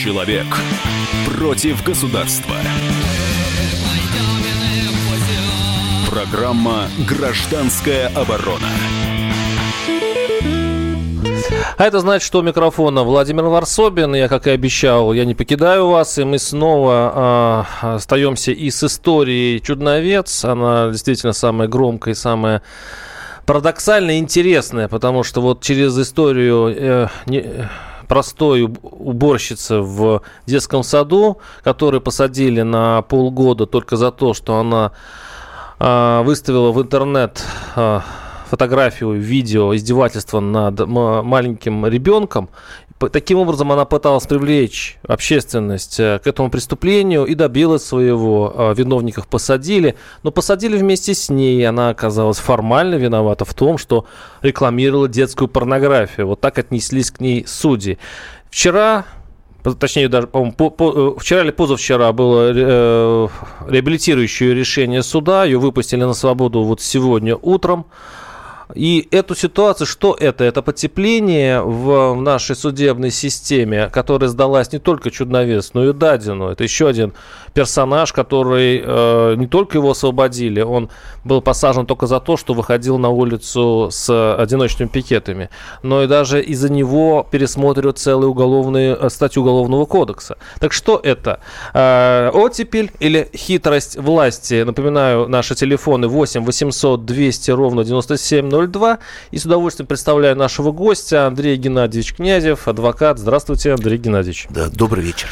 Человек против государства. Программа «Гражданская оборона». А это значит, что у микрофона Владимир Варсобин. Я, как и обещал, я не покидаю вас. И мы снова остаемся и с историей «Чудновец». Она действительно самая громкая и самая парадоксальная и интересная, потому что вот через историю простой уборщицы в детском саду, которую посадили на полгода только за то, что она выставила в интернет фотографию, видео издевательства над маленьким ребенком. Таким образом, она пыталась привлечь общественность к этому преступлению и добилась своего. Виновников посадили, но посадили вместе с ней. Она оказалась формально виновата в том, что рекламировала детскую порнографию. Вот так отнеслись к ней судьи. Вчера, точнее, даже, по-моему, вчера или позавчера было реабилитирующее решение суда. Ее выпустили на свободу вот сегодня утром. И эту ситуацию, что это? Это потепление в нашей судебной системе, которая сдалась не только Чудновец, но и Дадину. Это еще один персонаж, который не только его освободили, он был посажен только за то, что выходил на улицу с одиночными пикетами, но и даже из-за него пересмотрят целые статьи Уголовного кодекса. Так что это? Оттепель или хитрость власти? Напоминаю, наши телефоны 8 800 200 ровно 9702. И с удовольствием представляю нашего гостя Андрей Геннадьевич Князев, адвокат. Здравствуйте, Андрей Геннадьевич. Да, добрый вечер.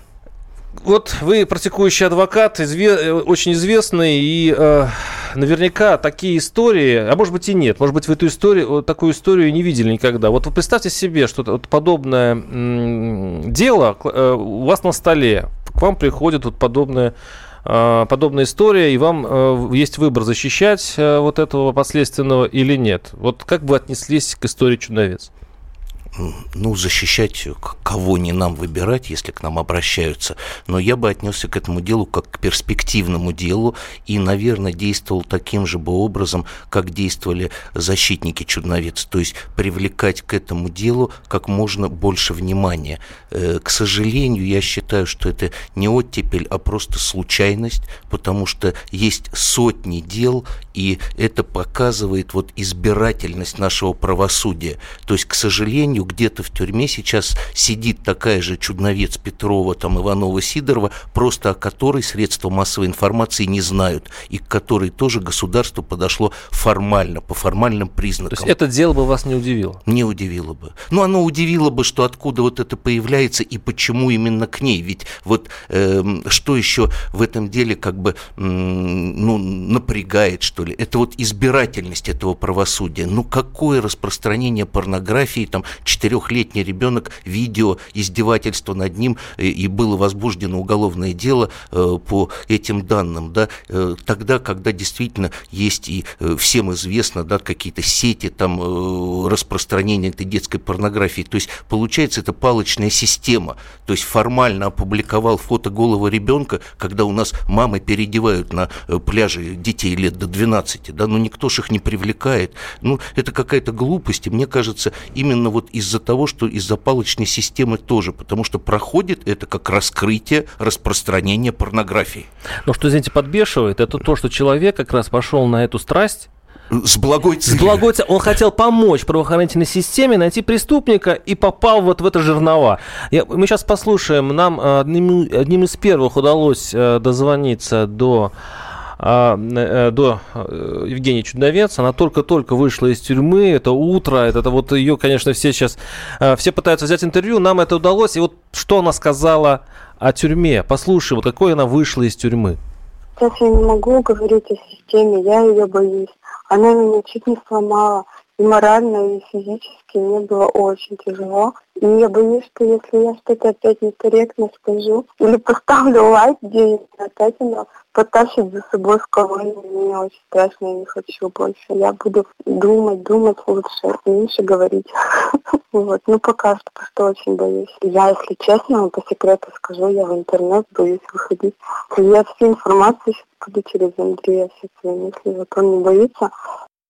Вот вы практикующий адвокат, очень известный, и наверняка такие истории, а может быть и нет, может быть вы такую историю не видели никогда. Вот вы представьте себе, что вот подобное дело у вас на столе, к вам приходит вот подобная история, и вам есть выбор, защищать вот этого подследственного или нет. Вот как бы отнеслись к истории «Чудновец»? Ну, защищать кого не нам выбирать, если к нам обращаются. Но я бы отнесся к этому делу как к перспективному делу и, наверное, действовал таким же образом, как действовали защитники Чудновец. То есть привлекать к этому делу как можно больше внимания. К сожалению, я считаю, что это не оттепель, а просто случайность, потому что есть сотни дел, и это показывает вот избирательность нашего правосудия. То есть, к сожалению, где-то в тюрьме сейчас сидит такая же Чудновец Петрова, там, Иванова, Сидорова, просто о которой средства массовой информации не знают, и к которой тоже государство подошло формально, по формальным признакам. То есть это дело бы вас не удивило? Не удивило бы. Но оно удивило бы, что откуда вот это появляется и почему именно к ней. Ведь вот что еще в этом деле как бы напрягает, что ли? Это вот избирательность этого правосудия. Ну какое распространение порнографии, там, 4-летний ребенок, видео, издевательство над ним, и было возбуждено уголовное дело по этим данным, да, тогда, когда действительно есть и всем известно, да, какие-то сети там распространения этой детской порнографии, то есть получается это палочная система, то есть формально опубликовал фото голого ребенка, когда у нас мамы переодевают на пляже детей лет до 12, да, но никто ж их не привлекает, ну это какая-то глупость, и мне кажется, именно вот из-за того, что из-за палочной системы тоже, потому что проходит это как раскрытие распространения порнографии. Но что, извините, подбешивает, это то, что человек как раз пошел на эту страсть с благой целью. Он хотел помочь правоохранительной системе найти преступника и попал вот в это жернова. Мы сейчас послушаем, нам одним из первых удалось дозвониться до Евгении Чудновец. Она только-только вышла из тюрьмы. Это утро. Это вот ее, конечно, все сейчас... Все пытаются взять интервью. Нам это удалось. И вот что она сказала о тюрьме. Послушай, вот какой она вышла из тюрьмы. Сейчас я не могу говорить о системе. Я ее боюсь. Она меня чуть не сломала. И морально, и физически мне было очень тяжело. И я боюсь, что если я что-то опять некорректно скажу или поставлю лайк где-нибудь, опять она потащит за собой в колонию. Мне очень страшно, я не хочу больше. Я буду думать лучше, меньше говорить. Вот. Ну, пока что просто очень боюсь. Я, если честно, вам по секрету скажу, я в интернет боюсь выходить. Я всю информацию сейчас буду через Андрея, все свои мысли, вот он не боится.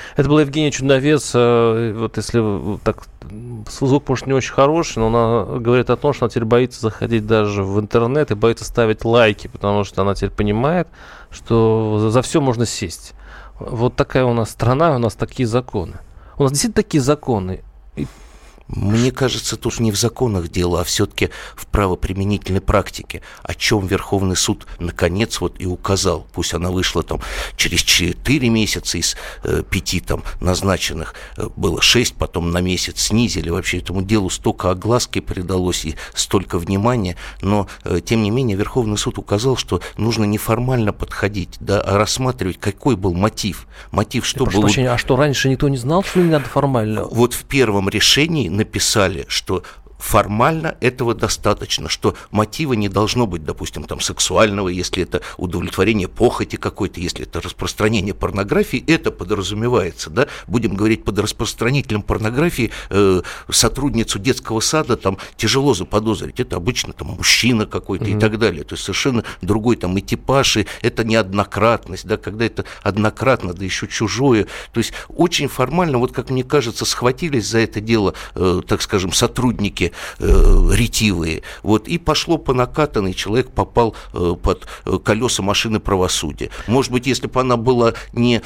Это был Евгений Чудновец. Вот если так, звук, может, не очень хороший, но она говорит о том, что она теперь боится заходить даже в интернет и боится ставить лайки, потому что она теперь понимает, что за все можно сесть. Вот такая у нас страна, у нас такие законы. У нас действительно такие законы. Мне кажется, тут не в законах дело, а все-таки в правоприменительной практике, о чем Верховный суд наконец вот и указал. Пусть она вышла там через 4 месяца из 5 там назначенных, было 6, потом на месяц снизили. Вообще этому делу столько огласки придалось и столько внимания, но тем не менее Верховный суд указал, что нужно не формально подходить, да, а рассматривать, какой был мотив. Мотив, что было... А что, раньше никто не знал, что не надо формально? Вот в первом решении написали, что формально этого достаточно, что мотива не должно быть, допустим, там, сексуального, если это удовлетворение похоти какой-то, если это распространение порнографии, это подразумевается, да, будем говорить, под распространителем порнографии сотрудницу детского сада там тяжело заподозрить, это обычно там мужчина какой-то и так далее, то есть совершенно другой там и типаж, и это неоднократность, да, когда это однократно, да еще чужое, то есть очень формально, вот как мне кажется, схватились за это дело, так скажем, сотрудники ретивые, вот, и пошло по накатанной, человек попал под колеса машины правосудия. Может быть, если бы она была не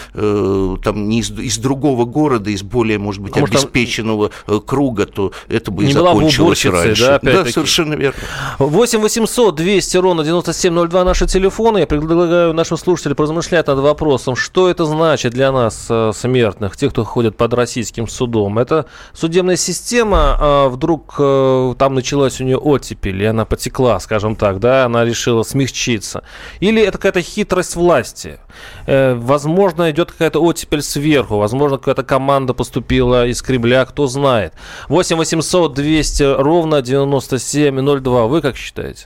из другого города, из более, может быть, обеспеченного круга, то это бы и закончилось раньше. Да, совершенно верно. 8 800 200 ровно 9702 наши телефоны. Я предлагаю нашим слушателям поразмышлять над вопросом, что это значит для нас, смертных, тех, кто ходит под российским судом. Это судебная система вдруг там началась у нее оттепель, и она потекла, скажем так, да, она решила смягчиться. Или это какая-то хитрость власти. Возможно, идет какая-то оттепель сверху, возможно, какая-то команда поступила из Кремля, кто знает. 8 800 200 ровно 9702. Вы как считаете?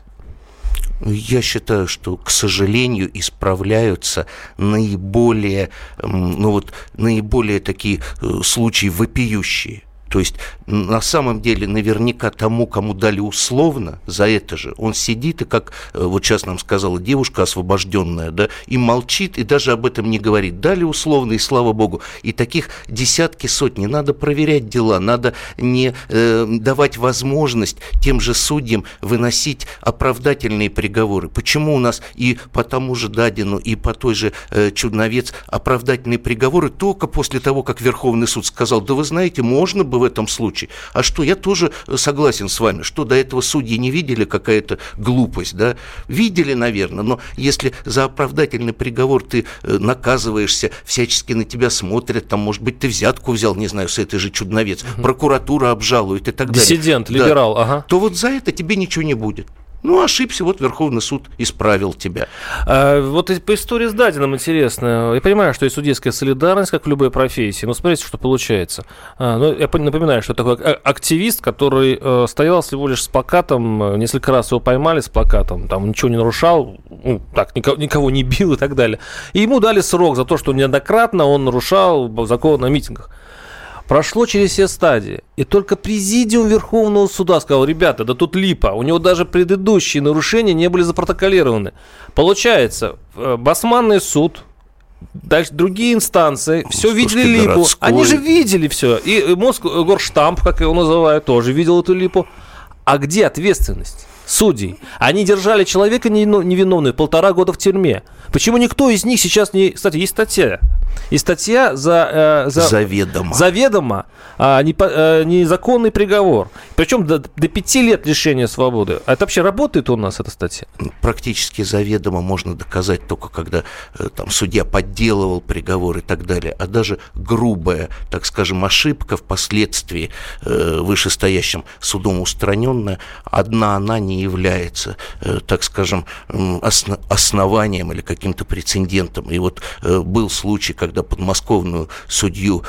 Я считаю, что, к сожалению, исправляются наиболее такие случаи вопиющие. То есть, на самом деле, наверняка тому, кому дали условно за это же, он сидит и, как вот сейчас нам сказала девушка освобожденная, да, и молчит, и даже об этом не говорит. Дали условно, и слава богу. И таких десятки, сотни. Надо проверять дела, надо не давать возможность тем же судьям выносить оправдательные приговоры. Почему у нас и по тому же Дадину, и по той же Чудновец оправдательные приговоры только после того, как Верховный суд сказал, да вы знаете, можно было в этом случае. А что, я тоже согласен с вами, что до этого судьи не видели какая-то глупость, да? Видели, наверное, но если за оправдательный приговор ты наказываешься, всячески на тебя смотрят, там, может быть, ты взятку взял, не знаю, с этой же Чудновец, прокуратура обжалует и так далее. Диссидент, либерал, да, ага. То вот за это тебе ничего не будет. Ну, ошибся, вот Верховный суд исправил тебя. Вот по истории с Дадином интересно. Я понимаю, что есть судейская солидарность, как в любой профессии, но смотрите, что получается. Я напоминаю, что такой активист, который стоял всего лишь с плакатом, несколько раз его поймали с плакатом, там ничего не нарушал, никого не бил и так далее. И ему дали срок за то, что неоднократно он нарушал закон на митингах. Прошло через все стадии. И только президиум Верховного суда сказал, ребята, да тут липа. У него даже предыдущие нарушения не были запротоколированы. Получается, Басманный суд, дальше другие инстанции, все видели липу. Они же видели все. И Мосгорштамп, как его называют, тоже видел эту липу. А где ответственность судей? Они держали человека невиновного 1,5 года в тюрьме. Почему никто из них сейчас не... Кстати, есть статья. И статья за заведомо незаконный приговор. Причем до 5 лет лишения свободы. А это вообще работает у нас, эта статья? Практически заведомо можно доказать только когда там судья подделывал приговор и так далее. А даже грубая, так скажем, ошибка впоследствии вышестоящим судом устраненная, одна она не является, так скажем, основанием или каким-то прецедентом. И вот был случай, когда подмосковную судью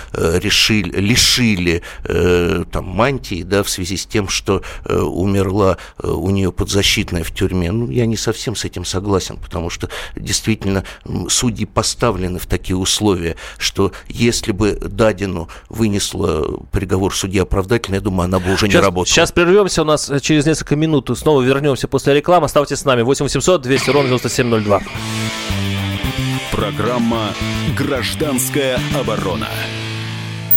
лишили там мантии, да, в связи с тем, что умерла у нее подзащитная в тюрьме. Ну, я не совсем с этим согласен, потому что действительно судьи поставлены в такие условия, что если бы Дадину вынесла приговор судья оправдательный, я думаю, она бы уже не работала. Сейчас прервемся, у нас через несколько минут снова вернемся после рекламы. Оставайтесь с нами. 8 800 200 ровно 9702. Программа «Гражданская оборона».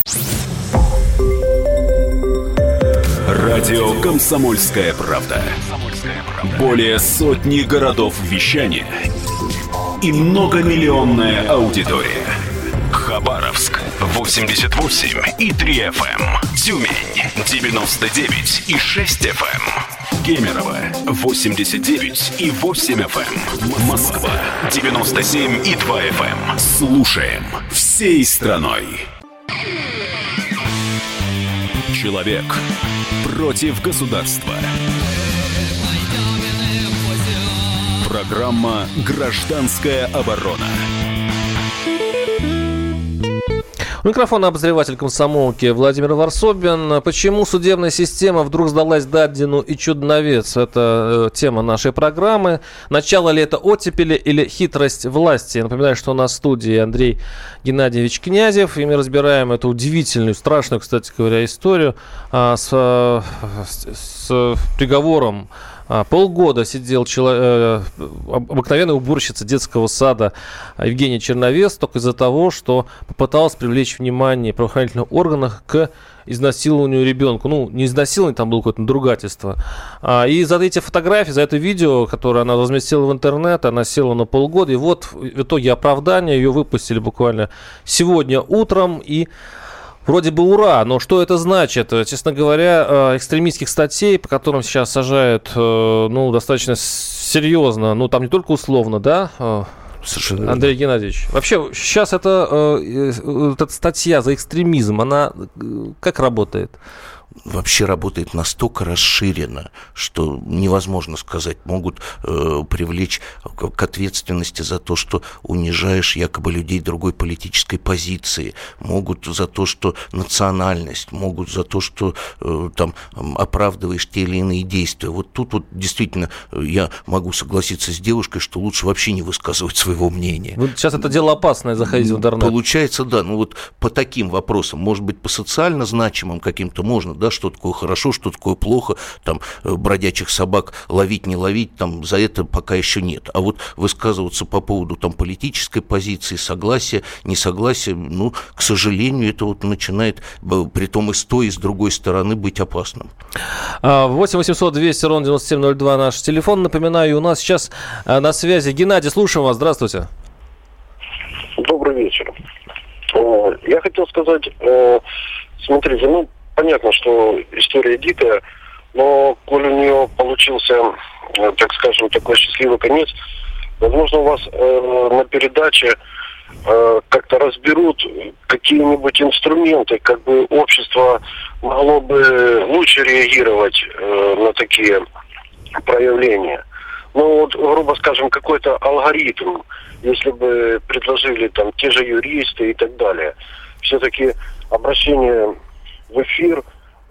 Радио «Комсомольская правда». Более сотни городов вещания и многомиллионная аудитория. Хабаровск 88,3 FM. Тюмень 99,6 FM. Кемерово 89,8 FM. Москва 97,2 FM. Слушаем всей страной. Человек против государства. Программа «Гражданская оборона». У микрофона обозреватель комсомолки Владимир Варсобин. Почему судебная система вдруг сдалась Дадину и Чудновец? Это тема нашей программы. Начало ли это оттепели или хитрость власти? Я напоминаю, что у нас в студии Андрей Геннадьевич Князев. И мы разбираем эту удивительную, страшную, кстати говоря, историю с приговором. Полгода сидел обыкновенная уборщица детского сада Евгения Черновец только из-за того, что попыталась привлечь внимание правоохранительных органов к изнасилованию ребенка. Ну, не изнасилование, там было какое-то надругательство. И за эти фотографии, за это видео, которое она разместила в интернет, она села на полгода. И вот в итоге оправдания ее выпустили буквально сегодня утром. И вроде бы ура, но что это значит? Честно говоря, экстремистских статей, по которым сейчас сажают, достаточно серьезно, там не только условно, да, Совершенно Андрей Геннадьевич? Вообще, сейчас эта статья за экстремизм, она как работает? Вообще работает настолько расширенно, что невозможно сказать. Могут привлечь к ответственности за то, что унижаешь якобы людей другой политической позиции. Могут за то, что национальность. Могут за то, что там оправдываешь те или иные действия. Вот тут вот действительно я могу согласиться с девушкой, что лучше вообще не высказывать своего мнения. Вот сейчас это дело опасное, заходить в интернет. Получается, да. Вот по таким вопросам, может быть, по социально значимым каким-то можно, да, что такое хорошо, что такое плохо, там, бродячих собак ловить, не ловить, там, за это пока еще нет. А вот высказываться по поводу, там, политической позиции, согласия, несогласия, к сожалению, это вот начинает, притом и с той, и с другой стороны, быть опасным. 8 800 200 ровно 9702 наш телефон. Напоминаю, у нас сейчас на связи Геннадий. Слушаем вас. Здравствуйте. Добрый вечер. Я хотел сказать, смотрите, понятно, что история дикая, но коль у нее получился, так скажем, такой счастливый конец, возможно, у вас на передаче как-то разберут какие-нибудь инструменты, как бы общество могло бы лучше реагировать на такие проявления. Грубо скажем, какой-то алгоритм, если бы предложили там те же юристы и так далее. Все-таки обращение в эфир,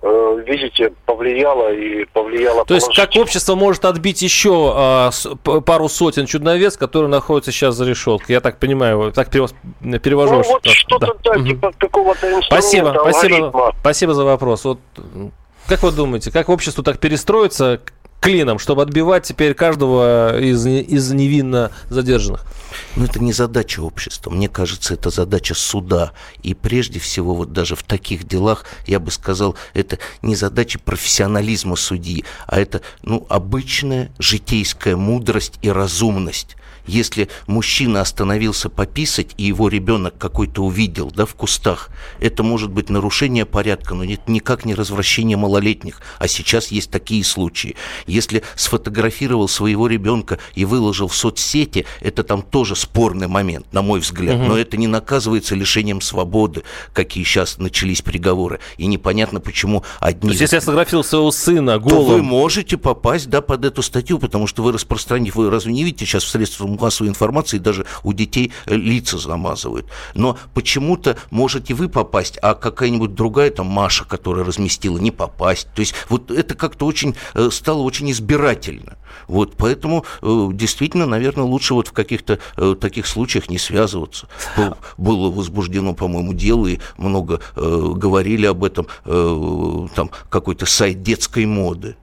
видите, повлияло положительно. То есть как общество может отбить еще пару сотен чудновец, которые находятся сейчас за решеткой? Я так понимаю, так перевожу. Что-то типа какого-то инструмента. Спасибо за вопрос. Вот, как вы думаете, как общество так перестроится клином, чтобы отбивать теперь каждого из невинно задержанных? Это не задача общества. Мне кажется, это задача суда. И прежде всего, вот даже в таких делах, я бы сказал, это не задача профессионализма судьи, а это, обычная житейская мудрость и разумность. Если мужчина остановился пописать, и его ребенок какой-то увидел, в кустах, это может быть нарушение порядка, но это никак не развращение малолетних. А сейчас есть такие случаи. Если сфотографировал своего ребенка и выложил в соцсети, это там тоже спорный момент, на мой взгляд. Но это не наказывается лишением свободы, какие сейчас начались приговоры. И непонятно, почему одни... То есть, если я сфотографировал своего сына голым... То вы можете попасть, под эту статью, потому что вы распространите... Вы разве не видите сейчас в средствах массовой информации даже у детей лица замазывают? Но почему-то можете вы попасть, а какая-нибудь другая, там, Маша, которая разместила, не попасть. То есть вот это как-то стало очень избирательно. Вот, поэтому действительно, наверное, лучше вот в каких-то таких случаях не связываться. Было возбуждено, по-моему, дело, и много говорили об этом, там, какой-то сайт детской моды.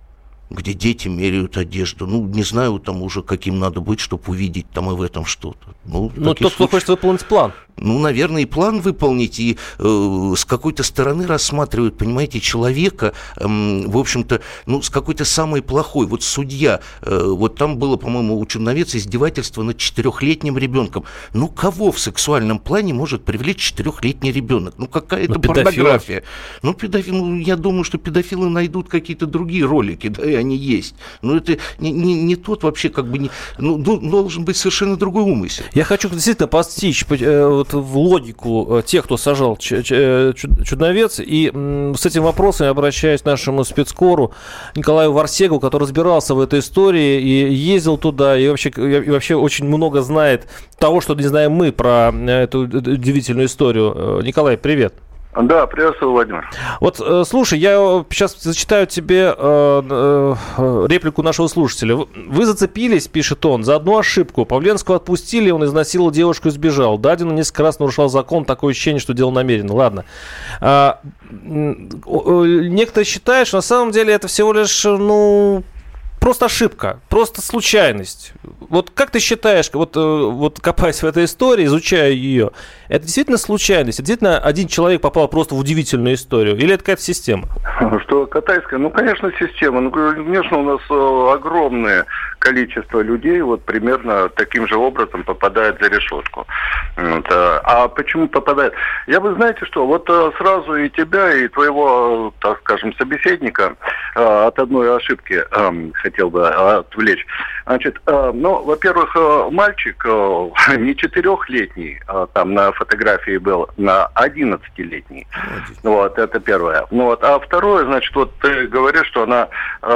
где дети меряют одежду. Ну, не знаю, там уже каким надо быть, чтобы увидеть там и в этом что-то. Ну, тот, кто хочет выполнить план. Ну, наверное, и план выполнить, и с какой-то стороны рассматривают, понимаете, человека, в общем-то, ну, с какой-то самой плохой. Вот судья, вот там было, по-моему, у Черновеца издевательство над 4-летним ребенком. Ну, кого в сексуальном плане может привлечь 4-летний ребенок? Ну, какая-то порнография. Ну, я думаю, что педофилы найдут какие-то другие ролики, да, и они есть. Но это не тот вообще, как бы, должен быть совершенно другой умысел. Я хочу действительно постичь в логику тех, кто сажал Чудновец. И с этим вопросом я обращаюсь к нашему спецкору Николаю Варсегову, который разбирался в этой истории и ездил туда, и вообще очень много знает того, что не знаем мы про эту удивительную историю. Николай, привет. Да, приветствую, Владимир. Вот, слушай, я сейчас зачитаю тебе реплику нашего слушателя. Вы зацепились, пишет он, за одну ошибку. Павленского отпустили, он изнасиловал девушку и сбежал. Дадин несколько раз нарушал закон, такое ощущение, что делал намеренно. Ладно. Некоторые считают, что на самом деле это всего лишь, просто ошибка, просто случайность. Вот как ты считаешь, вот копаясь в этой истории, изучая ее, это действительно случайность? Это действительно один человек попал просто в удивительную историю? Или это какая-то система? Что Катайская? Ну, конечно, система. Ну, конечно, у нас огромное количество людей вот примерно таким же образом попадает за решетку. Вот. А почему попадает? Я бы, знаете что, вот сразу и тебя, и твоего, так скажем, собеседника от одной ошибки хотел бы отвлечь. Значит, во-первых, мальчик не 4-летний, там на фотографии был, на 11-летний. Вот, это первое. Вот. А второе, значит, вот ты говоришь, что она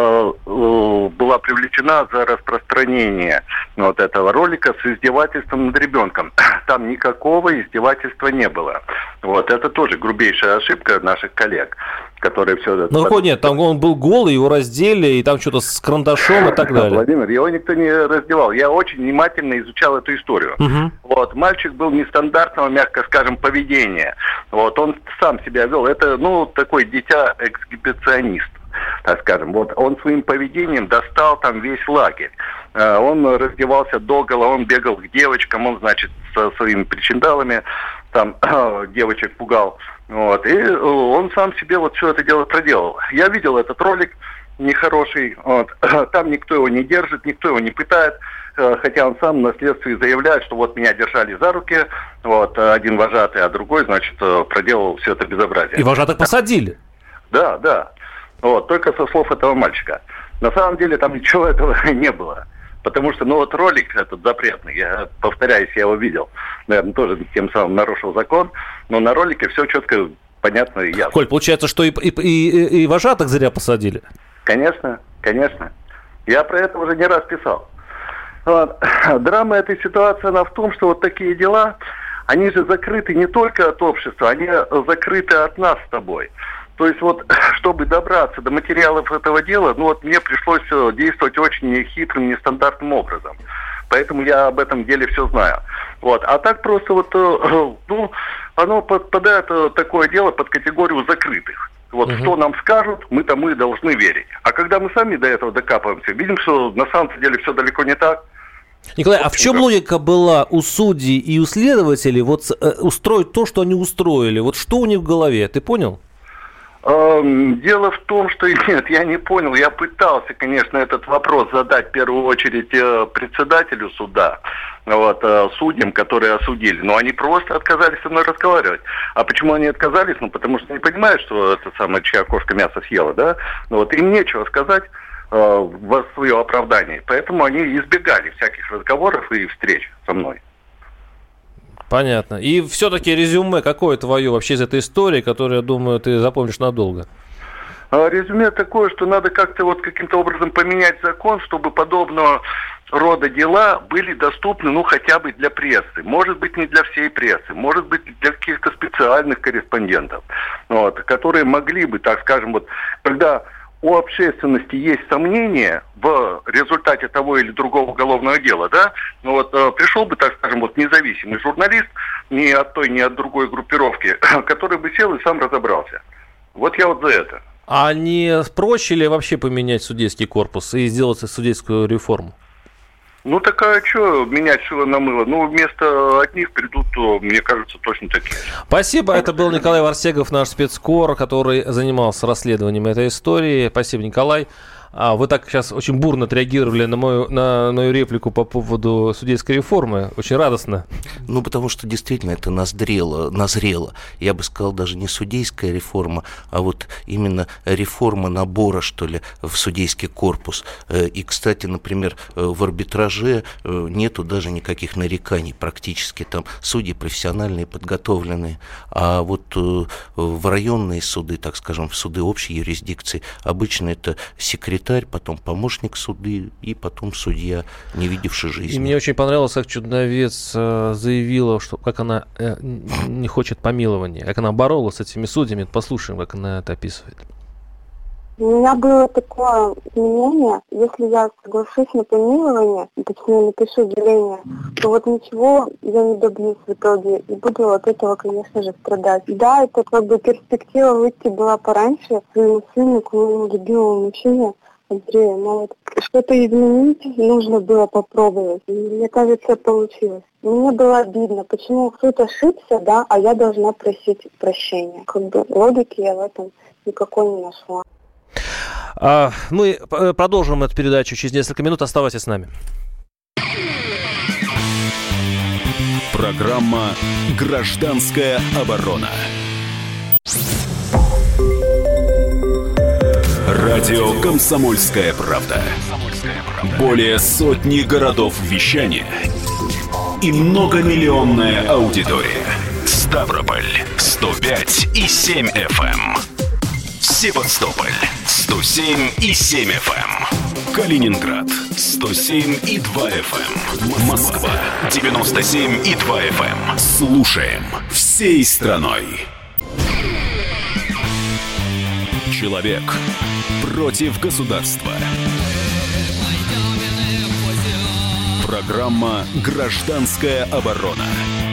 была привлечена за распространение вот этого ролика с издевательством над ребенком. Там никакого издевательства не было. Вот, это тоже грубейшая ошибка наших коллег, которые все это... Ну, какой нет, там он был голый, его раздели, и там что-то с карандашом и так далее. Владимир, его никто не раздевал. Я очень внимательно изучал эту историю. Вот, мальчик был нестандартного, мягко скажем, поведения. Вот, он сам себя вел. Это, такой дитя-эксгибиционист, так скажем. Вот, он своим поведением достал там весь лагерь. Он раздевался догола, он бегал к девочкам, он, значит, со своими причиндалами там девочек пугал. Вот, и он сам себе вот все это дело проделал. Я видел этот ролик нехороший. Вот. Там никто его не держит, никто его не пытает. Хотя он сам на следствии заявляет, что вот меня держали за руки, вот, один вожатый, а другой, значит, проделал все это безобразие. И вожатых посадили? Да. Вот, только со слов этого мальчика. На самом деле там ничего этого не было. Потому что, ролик этот запретный, я повторяюсь, я его видел. Наверное, тоже тем самым нарушил закон. Но на ролике все четко, понятно и ясно. Коль, получается, что и вожатых зря посадили? Конечно. Я про это уже не раз писал. Вот. Драма этой ситуации, она в том, что вот такие дела, они же закрыты не только от общества, они закрыты от нас с тобой. То есть вот, чтобы добраться до материалов этого дела, мне пришлось действовать очень хитрым, нестандартным образом. Поэтому я об этом деле все знаю. Вот. А так просто оно подпадает, такое дело, под категорию закрытых. Вот что нам скажут, мы-то должны верить. А когда мы сами до этого докапываемся, видим, что на самом деле все далеко не так. Николай, а в чем логика была у судей и у следователей устроить то, что они устроили? Вот что у них в голове, ты понял? Дело в том, что нет, я не понял. Я пытался, конечно, этот вопрос задать в первую очередь председателю суда, судьям, которые осудили. Но они просто отказались со мной разговаривать. А почему они отказались? Потому что не понимают, что это самое, чья кошка мясо съела, да? Им нечего сказать в свое оправдание. Поэтому они избегали всяких разговоров и встреч со мной. Понятно. И все-таки резюме какое твое вообще из этой истории, которую, я думаю, ты запомнишь надолго? Резюме такое, что надо как-то каким-то образом поменять закон, чтобы подобного рода дела были доступны, хотя бы для прессы. Может быть, не для всей прессы, может быть, для каких-то специальных корреспондентов, которые могли бы, так скажем, когда у общественности есть сомнения в результате того или другого уголовного дела, да, пришел бы, так скажем, независимый журналист ни от той, ни от другой группировки, который бы сел и сам разобрался. Вот я за это. А не проще ли вообще поменять судейский корпус и сделать судейскую реформу? Ну, такая, что менять шило на мыло? Ну, вместо одних придут, мне кажется, точно такие. Спасибо. Это был Николай Варсегов, наш спецкор, который занимался расследованием этой истории. Спасибо, Николай. Вы так сейчас очень бурно отреагировали на мою реплику по поводу судейской реформы. Очень радостно. Ну, потому что действительно это назрело. Я бы сказал, даже не судейская реформа, а вот именно реформа набора, что ли, в судейский корпус. И, кстати, например, в арбитраже нету даже никаких нареканий практически. Там судьи профессиональные, подготовленные. А вот в районные суды, так скажем, в суды общей юрисдикции, обычно это секретарь, потом помощник суды и потом судья, не видевший жизни. И мне очень понравилось, как Чудновец заявила, что как она не хочет помилования, как она боролась с этими судьями. Послушаем, как она это описывает. У меня было такое мнение, если я соглашусь на помилование, точнее напишу деление, то вот ничего я не добьюсь в итоге и буду от этого, конечно же, страдать. Да, это как бы перспектива выйти была пораньше своему сыну, к моему любимому мужчине Андрею, но вот что-то изменить нужно было попробовать. И мне кажется, получилось. Мне было обидно, почему кто-то ошибся, да, а я должна просить прощения. Как бы логики я в этом никакой не нашла. Мы продолжим эту передачу через несколько минут. Оставайтесь с нами. Программа «Гражданская оборона». Радио «Комсомольская правда». Более сотни городов вещания и многомиллионная аудитория. Ставрополь 105,7 FM. Севастополь 107,7 FM. Калининград 107,2 FM. Москва 97,2 FM. Слушаем всей страной. Человек против государства. Программа «Гражданская оборона».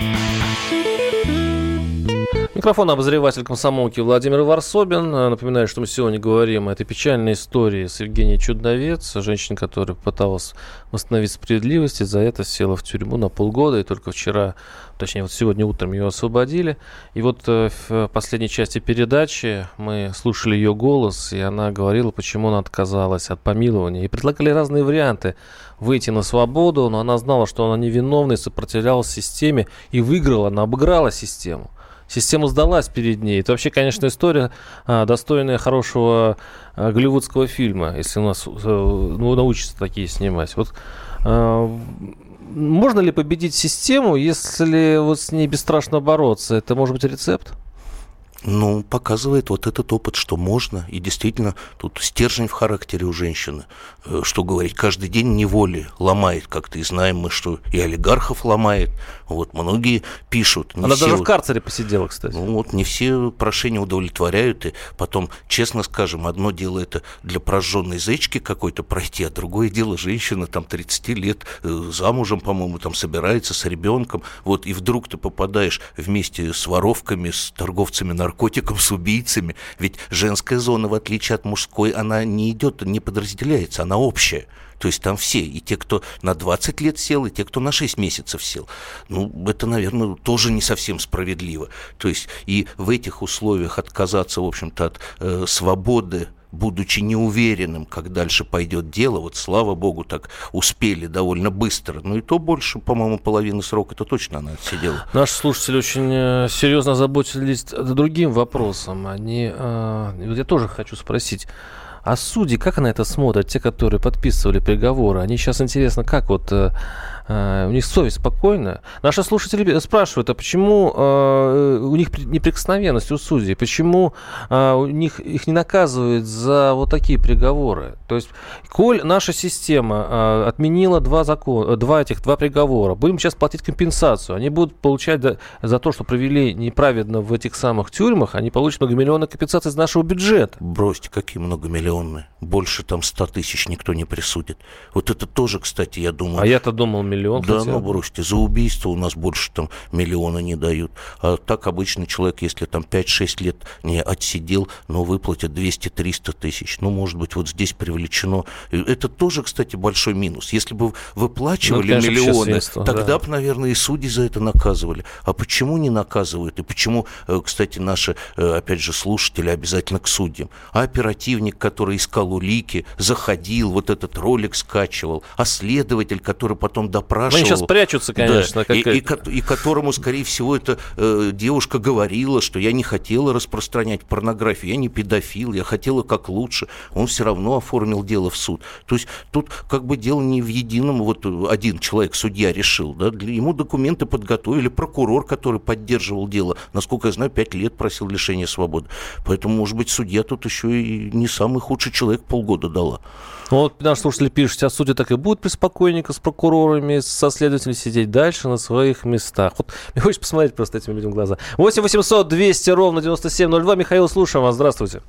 Микрофон обозреватель комсомолки Владимир Варсобин. Напоминаю, что мы сегодня говорим о этой печальной истории с Евгенией Чудновец, женщиной, которая пыталась восстановить справедливость, и за это села в тюрьму на полгода, и только вчера, точнее, вот сегодня утром ее освободили. И вот в последней части передачи мы слушали ее голос, и она говорила, почему она отказалась от помилования. И предлагали разные варианты выйти на свободу, но она знала, что она невиновна, и сопротивлялась системе, и выиграла, она обыграла систему. Система сдалась перед ней. Это вообще, конечно, история, достойная хорошего голливудского фильма, если у нас научатся такие снимать. Вот, можно ли победить систему, если вот с ней бесстрашно бороться? Это может быть рецепт? Ну, показывает вот этот опыт, что можно. И действительно, тут стержень в характере у женщины. Что говорить, каждый день неволи ломает, как-то и знаем мы, что и олигархов ломает. Вот многие пишут. Она даже в карцере посидела, кстати. Ну вот не все прошения удовлетворяют. И потом, честно скажем, одно дело это для прожженной зечки какой-то пройти, а другое дело женщина там 30 лет замужем, по-моему, там собирается с ребенком. Вот и вдруг ты попадаешь вместе с воровками, с торговцами наркотиков, с убийцами. Ведь женская зона, в отличие от мужской, она не идет, не подразделяется, она общая. То есть там все, и те, кто на 20 лет сел, и те, кто на 6 месяцев сел. Ну, это, наверное, тоже не совсем справедливо. То есть и в этих условиях отказаться, в общем-то, от свободы, будучи неуверенным, как дальше пойдет дело, вот слава богу, так успели довольно быстро. Ну и то больше, по-моему, половины срока это точно она отсидела. Наши слушатели очень серьезно озаботились другим вопросом. Вот я тоже хочу спросить, а судьи, как на это смотрят, те, которые подписывали приговоры? Они сейчас, интересно, как вот у них совесть спокойна? Наши слушатели спрашивают, а почему у них неприкосновенность у судей? Почему их не наказывают за вот такие приговоры? То есть, коль наша система отменила два приговора, будем сейчас платить компенсацию. Они будут получать за то, что провели неправедно в этих самых тюрьмах, они получат многомиллионные компенсации из нашего бюджета. Бросьте, какие многомиллионные? Больше там 100 тысяч никто не присудит. Вот это тоже, кстати, я думаю... А я-то думал, миллион. миллион Да, хотел. ну бросьте, за убийство у нас больше там миллиона не дают. А так обычный человек, если там 5-6 лет не отсидел, но выплатят 200-300 тысяч. Ну, может быть, вот здесь привлечено. Это тоже, кстати, большой минус. Если бы выплачивали миллионы, тогда бы, наверное, и судьи за это наказывали. А почему не наказывают? И почему, кстати, наши, опять же, слушатели обязательно к судьям? А оперативник, который искал улики, заходил, вот этот ролик скачивал, а следователь, который потом допрашивал. Они сейчас прячутся, конечно. Да, и которому, скорее всего, эта девушка говорила, что я не хотела распространять порнографию, я не педофил, я хотела как лучше. Он все равно оформил дело в суд. То есть тут как бы дело не в едином, вот один человек, судья, решил, да, ему документы подготовили, прокурор, который поддерживал дело, насколько я знаю, 5 лет просил лишения свободы. Поэтому, может быть, судья тут еще и не самый худший человек, полгода дала. Вот наш слушатель пишет, а судьи так и будут преспокойненько с прокурорами, со следователями сидеть дальше на своих местах. Вот мне хочется посмотреть просто этим людям в глаза. 8 800 200 ровно 9702. Михаил, слушаем вас. Здравствуйте.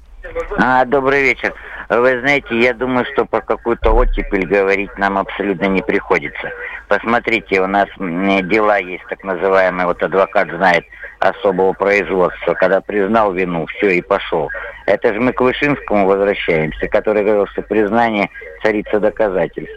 Добрый вечер. Вы знаете, я думаю, что про какую-то оттепель говорить нам абсолютно не приходится. Посмотрите, у нас дела есть так называемые, вот адвокат знает, особого производства, когда признал вину, все, и пошел. Это же мы к Вышинскому возвращаемся, который говорил, что признание царица доказательств.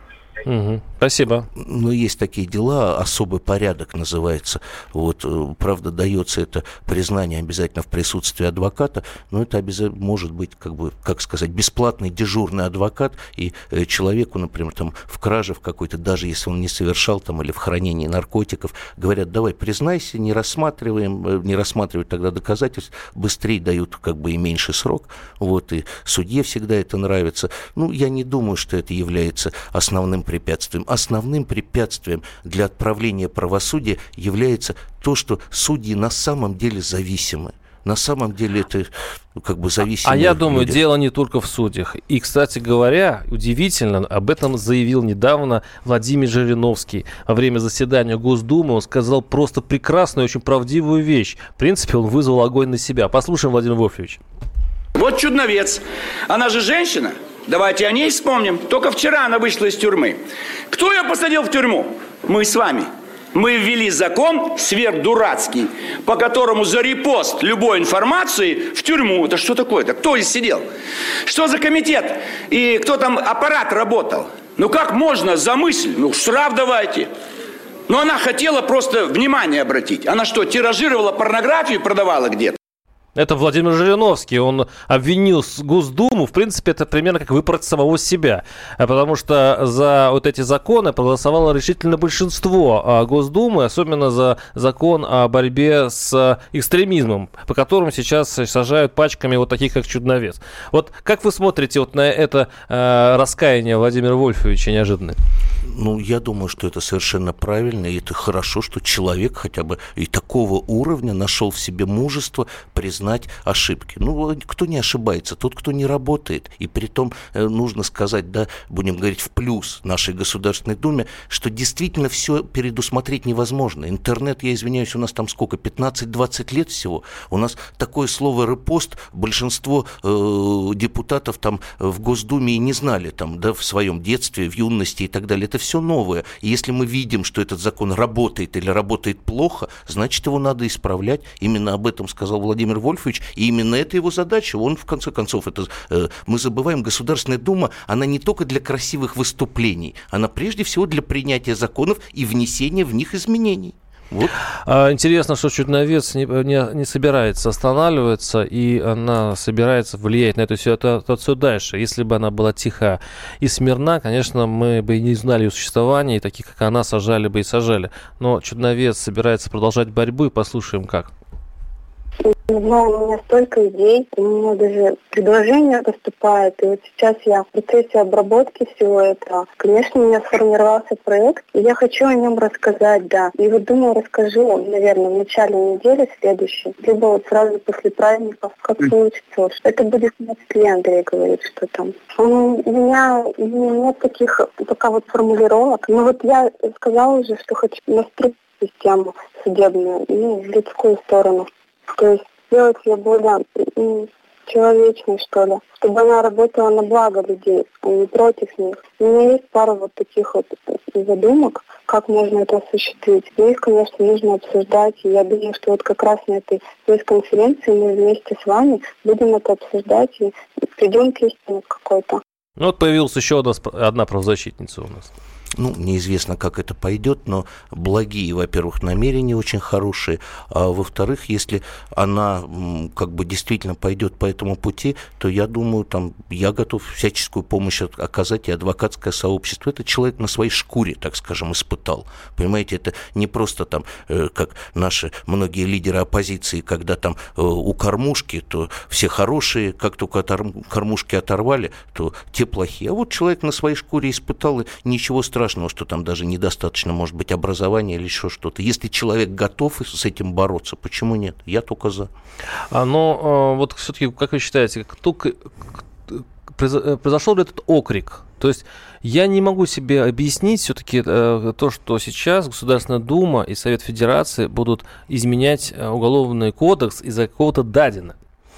Угу. Спасибо. Но есть такие дела, особый порядок называется. Вот, правда, дается это признание обязательно в присутствии адвоката, но это обязательно может быть, как сказать, бесплатный дежурный адвокат, и человеку, например, там, в краже в какой-то, даже если он не совершал там, или в хранении наркотиков, говорят, давай, признайся, не рассматривают тогда доказательств, быстрее дают и меньший срок, вот, и судье всегда это нравится. Ну, я не думаю, что это является основным препятствием. Основным препятствием для отправления правосудия является то, что судьи на самом деле зависимы. На самом деле это зависимые. А я думаю, люди. дело не только в судьях. И, кстати говоря, удивительно, об этом заявил недавно Владимир Жириновский. Во время заседания Госдумы он сказал просто прекрасную, очень правдивую вещь. В принципе, он вызвал огонь на себя. Послушаем, Владимир Вольфович. Вот чудновец. Она же женщина. Давайте о ней вспомним. Только вчера она вышла из тюрьмы. Кто ее посадил в тюрьму? Мы с вами. Мы ввели закон сверхдурацкий, по которому за репост любой информации в тюрьму. Это что такое-то? Кто здесь сидел? Что за комитет? И кто там аппарат работал? Ну как можно за мысль? Ну штраф давайте. Но она хотела просто внимание обратить. Она что, тиражировала порнографию и продавала где-то? Это Владимир Жириновский, он обвинил Госдуму, в принципе, это примерно как выпороть самого себя, потому что за вот эти законы проголосовало решительное большинство Госдумы, особенно за закон о борьбе с экстремизмом, по которому сейчас сажают пачками вот таких, как Чудновец. Вот как вы смотрите вот на это раскаяние Владимира Вольфовича неожиданное? Ну, я думаю, что это совершенно правильно, и это хорошо, что человек хотя бы и такого уровня нашел в себе мужество признать ошибки. Ну, кто не ошибается? Тот, кто не работает. И притом нужно сказать, да, будем говорить в плюс нашей Государственной Думе, что действительно все предусмотреть невозможно. Интернет, я извиняюсь, у нас там сколько, 15-20 лет всего. У нас такое слово «репост» большинство депутатов там в Госдуме и не знали там, да, в своем детстве, в юности и так далее. Это все новое. И если мы видим, что этот закон работает или работает плохо, значит, его надо исправлять. Именно об этом сказал Владимир Вольфович. И именно это его задача. Он, в конце концов, мы забываем, Государственная Дума, она не только для красивых выступлений, она прежде всего для принятия законов и внесения в них изменений. Вот. Интересно, что Чудновец не собирается останавливаться, и она собирается влиять на эту ситуацию дальше. Если бы она была тиха и смирна, конечно, мы бы и не знали ее существования, и таких, как она, сажали бы и сажали. Но Чудновец собирается продолжать борьбу, и послушаем, как. Не знаю, у меня столько идей, у меня даже предложения поступают, и вот сейчас я в процессе обработки всего этого. Конечно, у меня сформировался проект, и я хочу о нем рассказать, да. И вот думаю, расскажу, наверное, в начале недели следующей, либо вот сразу после праздников, как получится. Вот. Это будет в Москве, Андрей говорит, что там. У меня нет таких пока вот формулировок, но вот я сказала уже, что хочу настроить систему судебную и в людскую сторону. То есть сделать ее более человечной, что ли, чтобы она работала на благо людей, а не против них. У меня есть пара вот таких вот задумок, как можно это осуществить. И их, конечно, нужно обсуждать. И я думаю, что вот как раз на этой пресс-конференции мы вместе с вами будем это обсуждать и придем к истине какой-то. Ну вот появилась еще одна правозащитница у нас. Ну, неизвестно, как это пойдет, но благие, во-первых, намерения очень хорошие, а во-вторых, если она как бы действительно пойдет по этому пути, то я думаю, там, я готов всяческую помощь оказать, и адвокатское сообщество. Это человек на своей шкуре, так скажем, испытал. Понимаете, это не просто там, как наши многие лидеры оппозиции, когда там у кормушки, то все хорошие, как только от кормушки оторвали, то те плохие. А вот человек на своей шкуре испытал, и ничего страшного, что там даже недостаточно, может быть, образования или еще что-то. Если человек готов с этим бороться, почему нет? Я только за. Но вот все-таки, как вы считаете, произошел ли этот окрик? То есть я не могу себе объяснить все-таки то, что сейчас Государственная Дума и Совет Федерации будут изменять уголовный кодекс из-за какого-то дадина.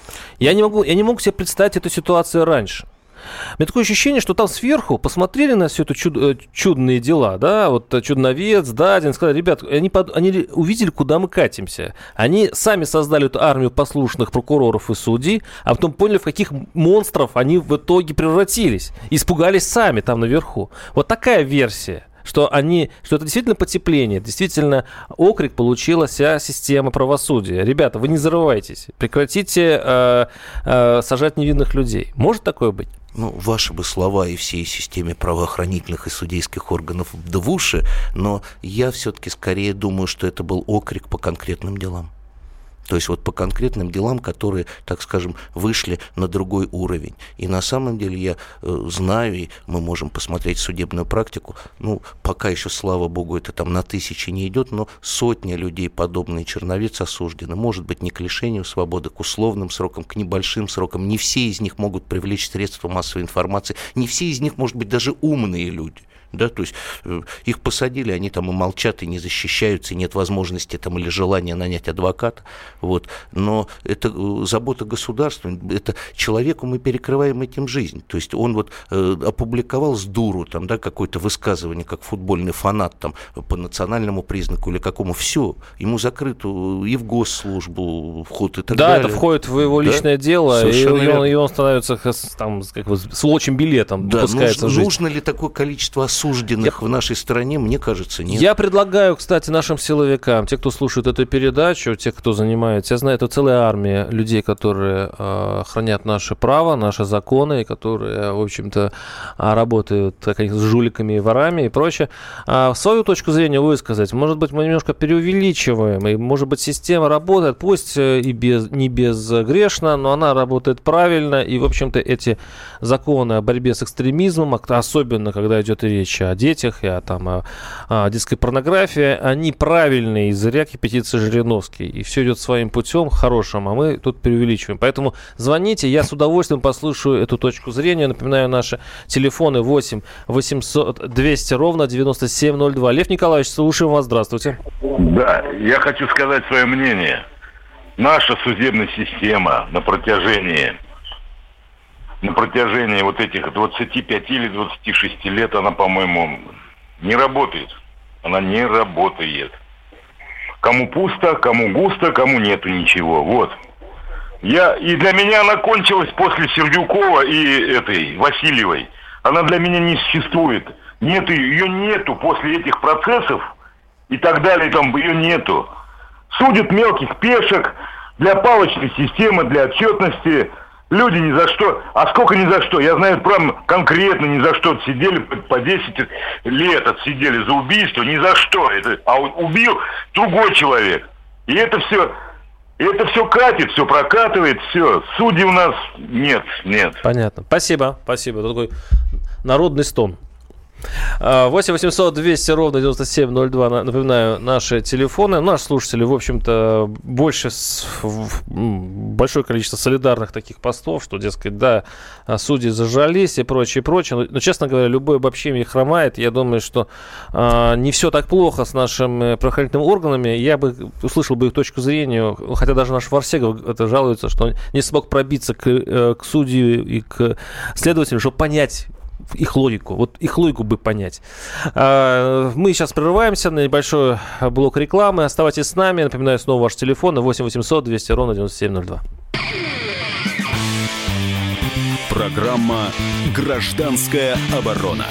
Я не могу себе представить эту ситуацию раньше. У меня такое ощущение, что там сверху посмотрели на все это чудные дела, да, вот Чудновец, Дадин, сказали, ребят, они увидели, куда мы катимся. Они сами создали эту армию послушных прокуроров и судей, а потом поняли, в каких монстров они в итоге превратились. Испугались сами там наверху. Вот такая версия. Что это действительно потепление, действительно окрик получила вся система правосудия. Ребята, вы не зарывайтесь, прекратите сажать невинных людей. Может такое быть? Ну, ваши бы слова и всей системе правоохранительных и судейских органов в уши, но я все-таки скорее думаю, что это был окрик по конкретным делам. То есть вот по конкретным делам, которые, так скажем, вышли на другой уровень. И на самом деле я знаю, и мы можем посмотреть судебную практику, ну, пока еще, слава богу, это там на тысячи не идет, но сотни людей, подобные Черновец, осуждены. Может быть, не к лишению свободы, к условным срокам, к небольшим срокам. Не все из них могут привлечь средства массовой информации. Не все из них, может быть, даже умные люди. Да, то есть их посадили, они там и молчат, и не защищаются, и нет возможности там или желания нанять адвоката. Вот. Но это забота государства, это человеку мы перекрываем этим жизнь. То есть он вот опубликовал с дуру там, да, какое-то высказывание, как футбольный фанат там, по национальному признаку или какому, все, ему закрыт и в госслужбу вход и так далее. Да, это входит в его личное дело, и он становится там, как бы, с волчьим билетом, да, допускается в жизнь. Нужно ли такое количество осужденных в нашей стране, мне кажется, нет. Я предлагаю, кстати, нашим силовикам, те, кто слушает эту передачу, те, кто занимается, я знаю, это целая армия людей, которые хранят наше право, наши законы, и которые, в общем-то, работают с жуликами и ворами и прочее. Свою точку зрения высказать. Может быть, мы немножко преувеличиваем, и, может быть, система работает, пусть и не безгрешно, но она работает правильно, и, в общем-то, эти законы о борьбе с экстремизмом, особенно, когда идет речь о детях и о детской порнографии, они правильные, из-за ряд петиции Жириновский. И все идет своим путем, хорошим, а мы тут преувеличиваем. Поэтому звоните, я с удовольствием послушаю эту точку зрения. Напоминаю, наши телефоны 8 800 200 ровно 9702. Лев Николаевич, слушаем вас, здравствуйте. Да, я хочу сказать свое мнение. Наша судебная система на протяжении вот этих 25 или 26 лет, она, по-моему, не работает. Она не работает. Кому пусто, кому густо, кому нету ничего. Вот. И для меня она кончилась после Сердюкова и этой Васильевой. Она для меня не существует. Ее нету после этих процессов и так далее, там ее нету. Судят мелких пешек для палочной системы, для отчетности. Люди ни за что, а сколько ни за что, я знаю, прям конкретно ни за что сидели, по 10 лет отсидели за убийство, ни за что, а убил другой человек. И это все катит, все прокатывает, все. Судей у нас нет. Понятно. Спасибо. Это такой народный стон. 8 800 200 ровно 9702. Напоминаю, наши телефоны. Наши слушатели, в общем-то, большое количество солидарных таких постов, что, дескать, да, судьи зажались и прочее, прочее. Но, честно говоря, любое обобщение хромает. Я думаю, что не все так плохо с нашими правоохранительными органами. Я бы услышал бы их точку зрения, хотя даже наш Варсегов это жалуется, что он не смог пробиться к судье и к следователю, чтобы понять их логику. Вот их логику бы понять. Мы сейчас прерываемся на небольшой блок рекламы. Оставайтесь с нами. Напоминаю, снова ваш телефон 8 800 200 ровно 9702. Программа «Гражданская оборона».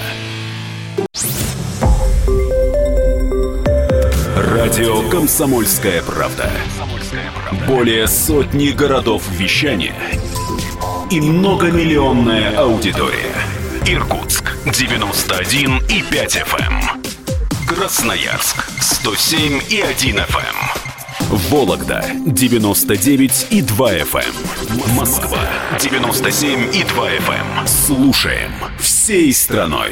Радио «Комсомольская правда». Более сотни городов вещания и многомиллионная аудитория. Иркутск 91,5 FM. Красноярск 107,1 FM. Вологда 99,2 FM. Москва 97,2 FM. Слушаем всей страной.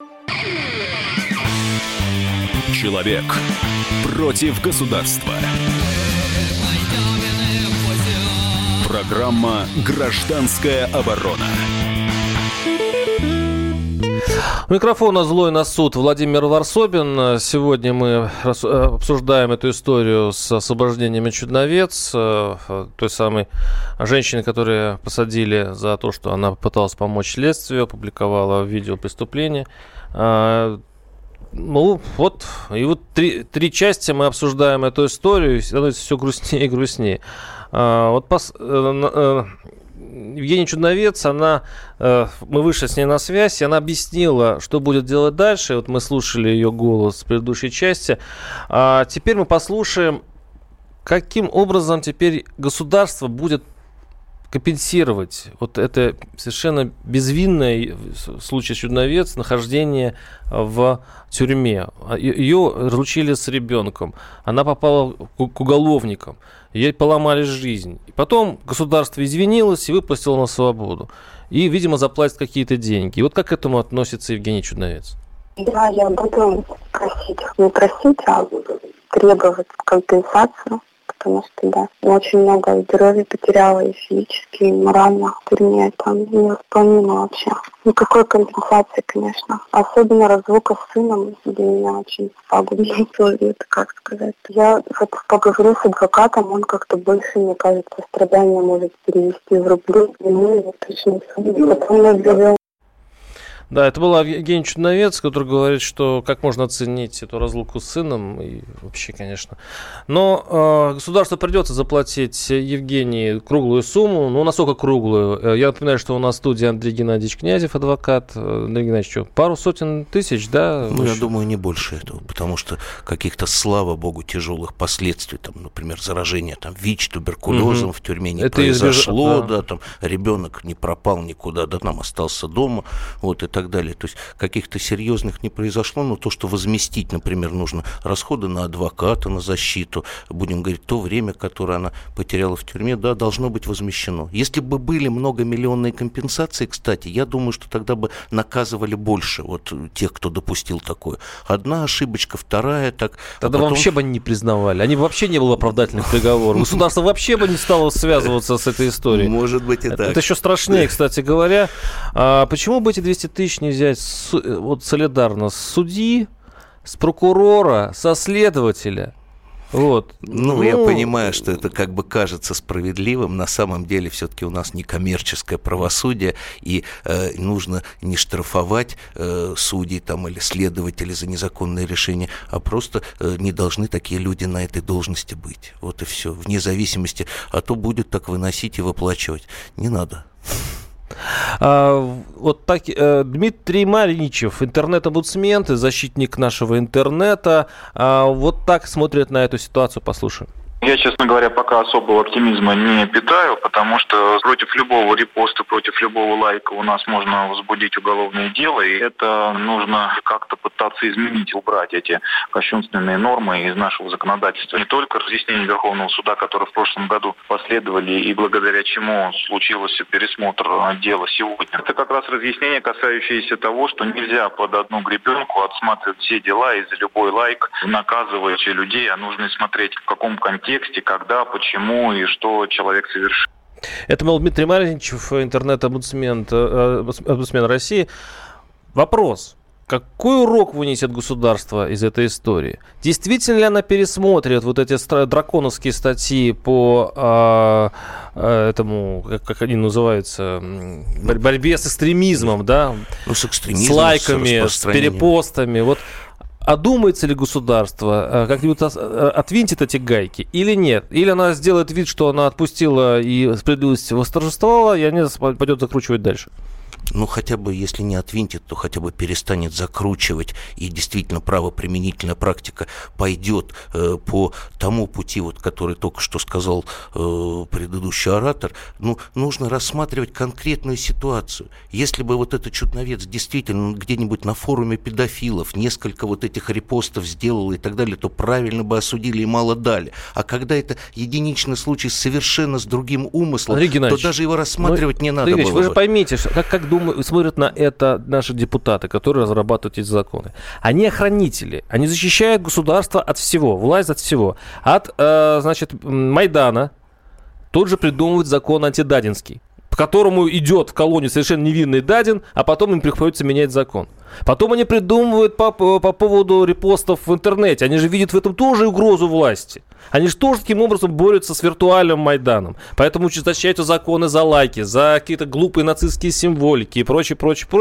Человек против государства. Программа «Гражданская оборона». У микрофона «Злой на суд» Владимир Варсобин. Сегодня мы обсуждаем эту историю с освобождением Чудновец, той самой женщины, которую посадили за то, что она пыталась помочь следствию, опубликовала видео преступления. Ну, вот, и вот три части мы обсуждаем эту историю, и становится все грустнее и грустнее. Евгения Чудновец, мы вышли с ней на связь, и она объяснила, что будет делать дальше. Вот мы слушали ее голос в предыдущей части. А теперь мы послушаем, каким образом теперь государство будет компенсировать вот это совершенно безвинное в случае Чудновец нахождение в тюрьме. Ее разлучили с ребенком, она попала к уголовникам, ей поломали жизнь. И потом государство извинилось и выпустило на свободу. И, видимо, заплатит какие-то деньги. И вот как к этому относится Евгений Чудновец? Да, я буду не просить, а требовать компенсацию. Потому что, да, я очень много здоровья потеряла и физически, и морально. В тюрьме это невосполнимо вообще. Никакой компенсации, конечно. Особенно разлука с сыном для меня очень пагубный человек, как сказать. Я вот поговорю с адвокатом, он как-то больше, мне кажется, страдания может перевести в рубли. И мы его точно судим. Потом я завел. Да, это был Евгений Чудновец, который говорит, что как можно оценить эту разлуку с сыном и вообще, конечно. Но государству придется заплатить Евгении круглую сумму. Ну, насколько круглую? Я напоминаю, что у нас в студии Андрей Геннадьевич Князев, адвокат. Андрей Геннадьевич, что, пару сотен тысяч, да? Ну, я думаю, не больше этого, потому что каких-то, слава богу, тяжелых последствий, там, например, заражение там, ВИЧ, туберкулезом в тюрьме не произошло, да, там, ребенок не пропал никуда, да, там остался дома, вот, и так далее. То есть каких-то серьезных не произошло, но то, что возместить, например, нужно расходы на адвоката, на защиту, будем говорить, то время, которое она потеряла в тюрьме, да, должно быть возмещено. Если бы были многомиллионные компенсации, кстати, я думаю, что тогда бы наказывали больше вот тех, кто допустил такое. Одна ошибочка, вторая, так... Тогда потом... вообще бы они не признавали. Они вообще не было оправдательных приговоров. Государство вообще бы не стало связываться с этой историей. Может быть и так. Это еще страшнее, кстати говоря. Почему бы эти 200 тысяч не взять вот солидарно с судьи, с прокурора, со следователя? Вот. Ну, я понимаю, что это как бы кажется справедливым. На самом деле все-таки у нас некоммерческое правосудие, и нужно не штрафовать судей там, или следователей за незаконные решения, а просто не должны такие люди на этой должности быть. Вот и все. Вне зависимости, а то будет так выносить и выплачивать. Не надо. Вот так, Дмитрий Мариничев, интернет-омбудсмен, защитник нашего интернета, вот так смотрит на эту ситуацию. Послушаем. Я, честно говоря, пока особого оптимизма не питаю, потому что против любого репоста, против любого лайка у нас можно возбудить уголовное дело, и это нужно как-то пытаться изменить, убрать эти кощунственные нормы из нашего законодательства. Не только разъяснения Верховного суда, которые в прошлом году последовали, и благодаря чему случился пересмотр дела сегодня. Это как раз разъяснение, касающееся того, что нельзя под одну гребенку отсматривать все дела и за любой лайк наказывать людей, а нужно смотреть, в каком контексте, когда, почему и что человек совершил. Это был Дмитрий Мариничев, интернет-омбудсмен России. Вопрос. Какой урок вынесет государство из этой истории? Действительно ли она пересмотрит вот эти драконовские статьи по этому, как они называются, борьбе с экстремизмом, да? Ну, с экстремизмом, с лайками, с перепостами. Вот. Одумается ли государство, как-нибудь отвинтит эти гайки или нет? Или она сделает вид, что она отпустила и справедливость восторжествовала, и они пойдет закручивать дальше? Ну, хотя бы, если не отвинтит, то хотя бы перестанет закручивать, и действительно правоприменительная практика пойдет по тому пути, вот, который только что сказал предыдущий оратор. Ну, нужно рассматривать конкретную ситуацию. Если бы вот этот чудновец действительно где-нибудь на форуме педофилов несколько вот этих репостов сделал и так далее, то правильно бы осудили и мало дали. А когда это единичный случай совершенно с другим умыслом, то даже его рассматривать не надо было. Вы же поймите, как смотрят на это наши депутаты, которые разрабатывают эти законы. Они охранители, они защищают государство от всего, власть от всего. От, Майдана тут же придумывают закон антидадинский, по которому идет в колонию совершенно невинный Дадин, а потом им приходится менять закон. Потом они придумывают по поводу репостов в интернете. Они же видят в этом тоже угрозу власти. Они же тоже таким образом борются с виртуальным Майданом. Поэтому ужесточают законы за лайки, за какие-то глупые нацистские символики и прочее.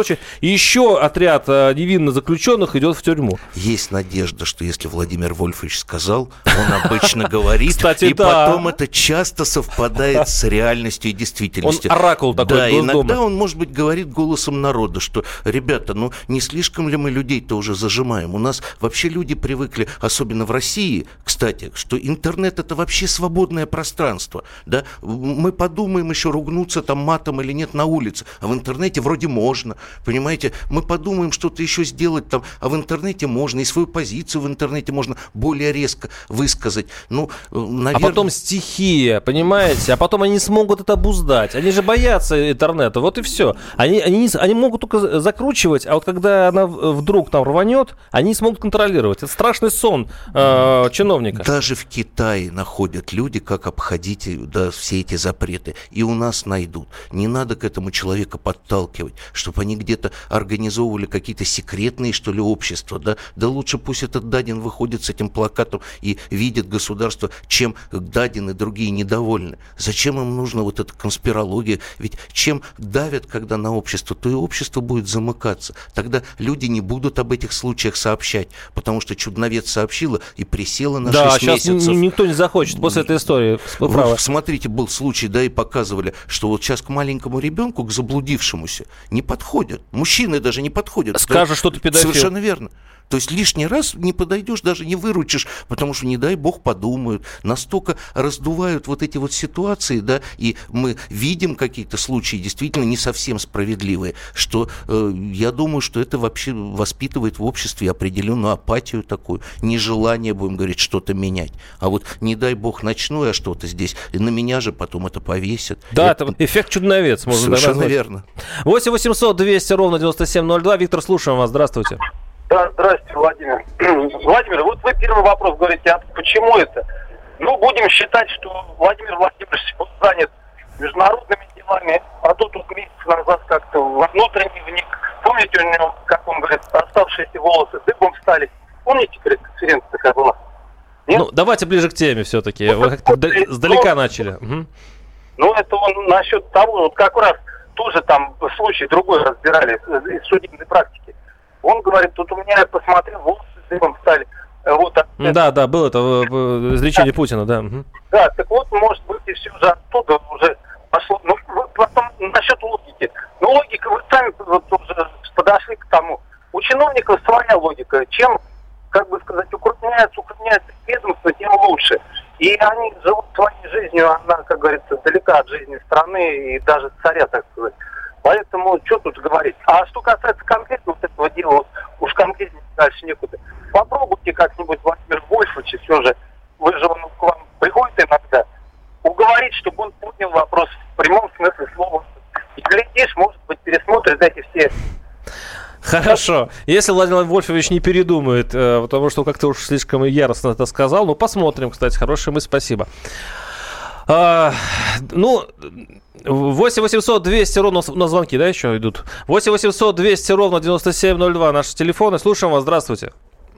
И еще отряд невинно заключенных идет в тюрьму. Есть надежда, что если Владимир Вольфович сказал, он обычно говорит, и потом это часто совпадает с реальностью и действительностью. Он оракул такой. Да, иногда он, может быть, говорит голосом народа, что, ребята, не слишком ли мы людей-то уже зажимаем? У нас вообще люди привыкли, особенно в России, кстати, что интернет — это вообще свободное пространство. Да? Мы подумаем еще, ругнуться там матом или нет на улице, а в интернете вроде можно. Понимаете? Мы подумаем что-то еще сделать там, а в интернете можно, и свою позицию в интернете можно более резко высказать. Наверное... А потом стихия, понимаете? А потом они не смогут это обуздать. Они же боятся интернета, вот и все. Они могут только закручивать, а вот когда она вдруг там рванет, они не смогут контролировать. Это страшный сон чиновника. Даже в Китае находят люди, как обходить все эти запреты. И у нас найдут. Не надо к этому человека подталкивать, чтобы они где-то организовывали какие-то секретные, что ли, общества. Да лучше пусть этот Дадин выходит с этим плакатом и видит государство, чем Дадин и другие недовольны. Зачем им нужна вот эта конспирология? Ведь чем давят, когда на общество, то и общество будет замыкаться. Тогда люди не будут об этих случаях сообщать, потому что чудновец сообщила и присела на 6 месяцев. Никто не захочет после этой истории. Смотрите, был случай, и показывали, что вот сейчас к маленькому ребенку, к заблудившемуся, не подходят. Мужчины даже не подходят. Скажешь, что ты педофил. Совершенно верно. То есть лишний раз не подойдешь, даже не выручишь, потому что, не дай бог, подумают. Настолько раздувают вот эти вот ситуации, и мы видим какие-то случаи действительно не совсем справедливые, что я думаю, что это вообще воспитывает в обществе определенную апатию такую, нежелание, будем говорить, что-то менять. А вот, не дай бог, начну я что-то здесь, и на меня же потом это повесят. Да, это эффект чудновец. Совершенно верно. 8 800 200 ровно 9702. Виктор, слушаем вас. Здравствуйте. Да, здравствуйте, Владимир. Владимир, вот вы первый вопрос говорите, а почему это? Будем считать, что Владимир Владимирович занят международными делами, а тут месяц назад как-то внутренний вник. Помните, у него, как он говорит, оставшиеся волосы дыбом стали? Помните, конференция такая была? Нет? Давайте ближе к теме все-таки. Вы как-то сдалека начали. Угу. Это он насчет того, вот как раз тоже там случай другой разбирали из судебной практики. Он говорит, тут у меня, я посмотрел, волосы дыбом стали. Да, было это изречение Путина, да. Угу. Да, так вот, может быть, и все же оттуда уже пошло. Потом насчет логики. Логика, вы сами уже подошли к тому. У чиновников своя логика. Чем, укрупняется ведомство, тем лучше. И они живут своей жизнью, она, как говорится, далека от жизни страны и даже царя, так сказать. Поэтому, что тут говорить? А что касается конкретно вот этого дела, вот, уж конкретно дальше некуда. Попробуйте как-нибудь Владимир Вольфович, все же, вы же он к вам приходит иногда, уговорить, чтобы он поднял вопрос в прямом смысле слова. И глядишь, может быть, пересмотрит эти все... Хорошо. Если Владимир Вольфович не передумает, потому что как-то уж слишком яростно это сказал, посмотрим, кстати, хорошая мысль, спасибо. 8 800 200 ровно, на звонки, да, еще идут? 8 800 200 ровно 9702, наши телефоны. Слушаем вас, здравствуйте.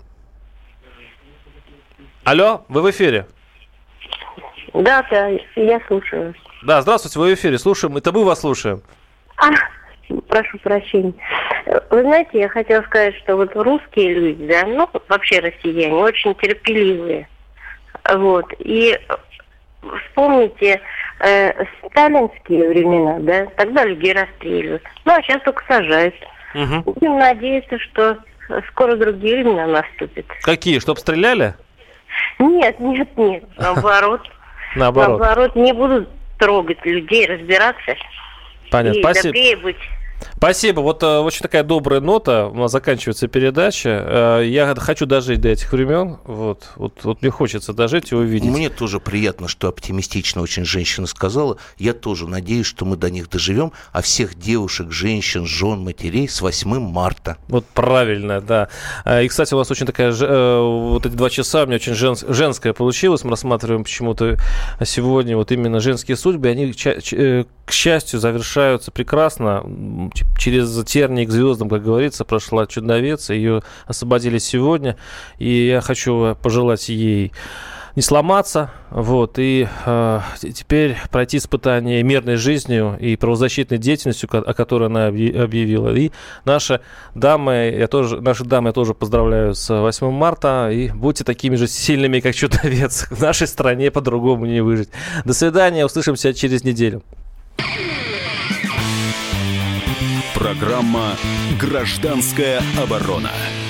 Алло, вы в эфире. Да, я слушаю. Да, здравствуйте, вы в эфире, слушаем, это мы вас слушаем. Прошу прощения. Вы знаете, я хотела сказать, что вот русские люди, да, вообще россияне, очень терпеливые. Вот, и вспомните сталинские времена, да, тогда людей расстреливают. А сейчас только сажают. Угу. Будем надеяться, что скоро другие времена наступят. Какие? Чтоб стреляли? Нет. Наоборот. Наоборот, не будут трогать людей, разбираться. Понятно. И спасибо. Добрее быть. Спасибо. Вот очень такая добрая нота. У нас заканчивается передача. Я хочу дожить до этих времен. Вот мне хочется дожить и увидеть. Мне тоже приятно, что оптимистично очень женщина сказала. Я тоже надеюсь, что мы до них доживем. А всех девушек, женщин, жен, матерей с 8 марта. Вот правильно, да. И, кстати, у нас очень такая... Вот эти 2 часа у меня очень женская получилось. Мы рассматриваем почему-то сегодня вот именно женские судьбы. Они, к счастью, завершаются прекрасно. Через тернии к звездам, как говорится, прошла чудновец. Ее освободили сегодня. И я хочу пожелать ей не сломаться, и теперь пройти испытание мирной жизнью и правозащитной деятельностью, о которой она объявила. И наши дамы, я тоже поздравляю с 8 марта. И будьте такими же сильными, как чудовец. В нашей стране по-другому не выжить. До свидания, услышимся через неделю. Программа «Гражданская оборона».